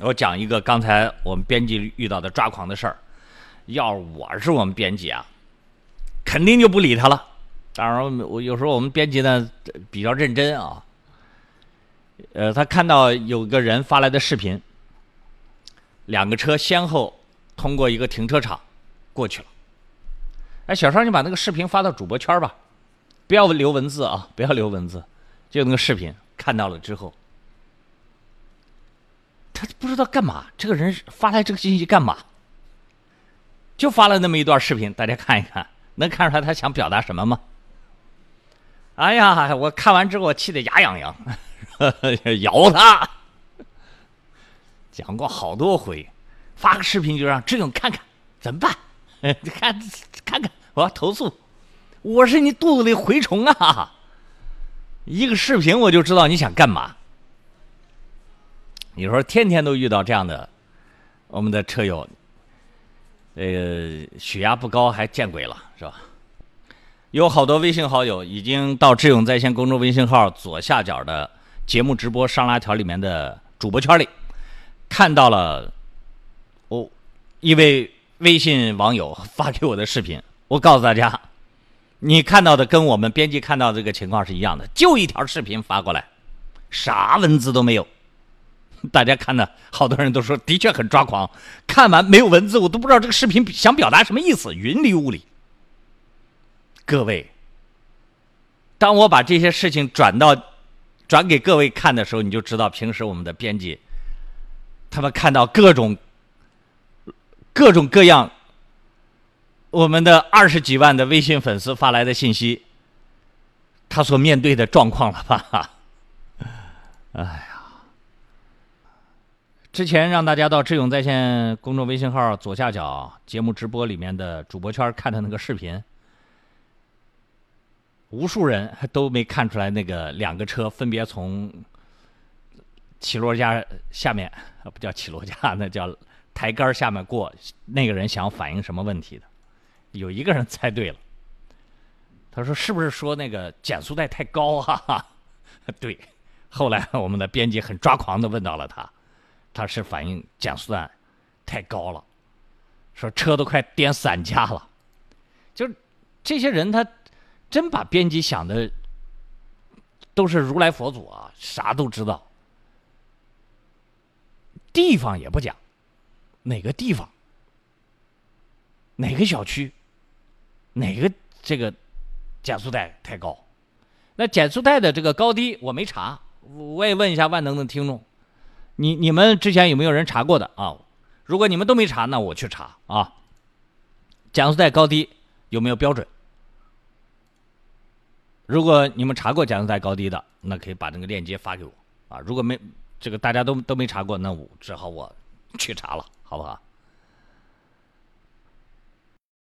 我讲一个刚才我们编辑遇到的抓狂的事儿。要是我是我们编辑啊，肯定就不理他了。当然，我有时候我们编辑呢比较认真啊。他看到有个人发来的视频，两个车先后通过一个停车场过去了。哎，小邵，你把那个视频发到主播圈吧，不要留文字啊，不要留文字，就那个视频看到了之后，他不知道干嘛，这个人发来这个信息干嘛？就发了那么一段视频，大家看一看，能看出来他想表达什么吗？哎呀，我看完之后我气得牙痒痒，咬他。讲过好多回，发个视频就让志勇看看，怎么办？看看，我要投诉，我是你肚子里蛔虫啊！一个视频我就知道你想干嘛。你说天天都遇到这样的我们的车友，血压不高还见鬼了，是吧？有好多微信好友已经到智勇在线公众微信号左下角的节目直播上拉条里面的主播圈里，看到了一位微信网友发给我的视频。我告诉大家，你看到的跟我们编辑看到的这个情况是一样的，就一条视频发过来，啥文字都没有。大家看的好多人都说的确很抓狂，看完没有文字，我都不知道这个视频想表达什么意思，云里雾里。各位，当我把这些事情转给各位看的时候，你就知道平时我们的编辑他们看到各种各样我们的20几万的微信粉丝发来的信息，他所面对的状况了吧？哎呀，之前让大家到智勇在线公众微信号左下角节目直播里面的主播圈看的那个视频，无数人都没看出来那个两个车分别从起落架下面，不叫起落架，那叫台杆下面过，那个人想反映什么问题的。有一个人猜对了，他说是不是说那个减速带太高啊？对，后来我们的编辑很抓狂的问到了他是反映减速带太高了，说车都快颠散架了。就是这些人他真把编辑想的都是如来佛祖啊，啥都知道，地方也不讲，哪个地方哪个小区哪个这个减速带太高。那减速带的这个高低我没查，我也问一下万能的听众，你们之前有没有人查过的啊？如果你们都没查，那我去查啊。减速带高低有没有标准？如果你们查过减速带高低的，那可以把那个链接发给我啊。如果没这个大家都没查过，那我只好我去查了，好不好？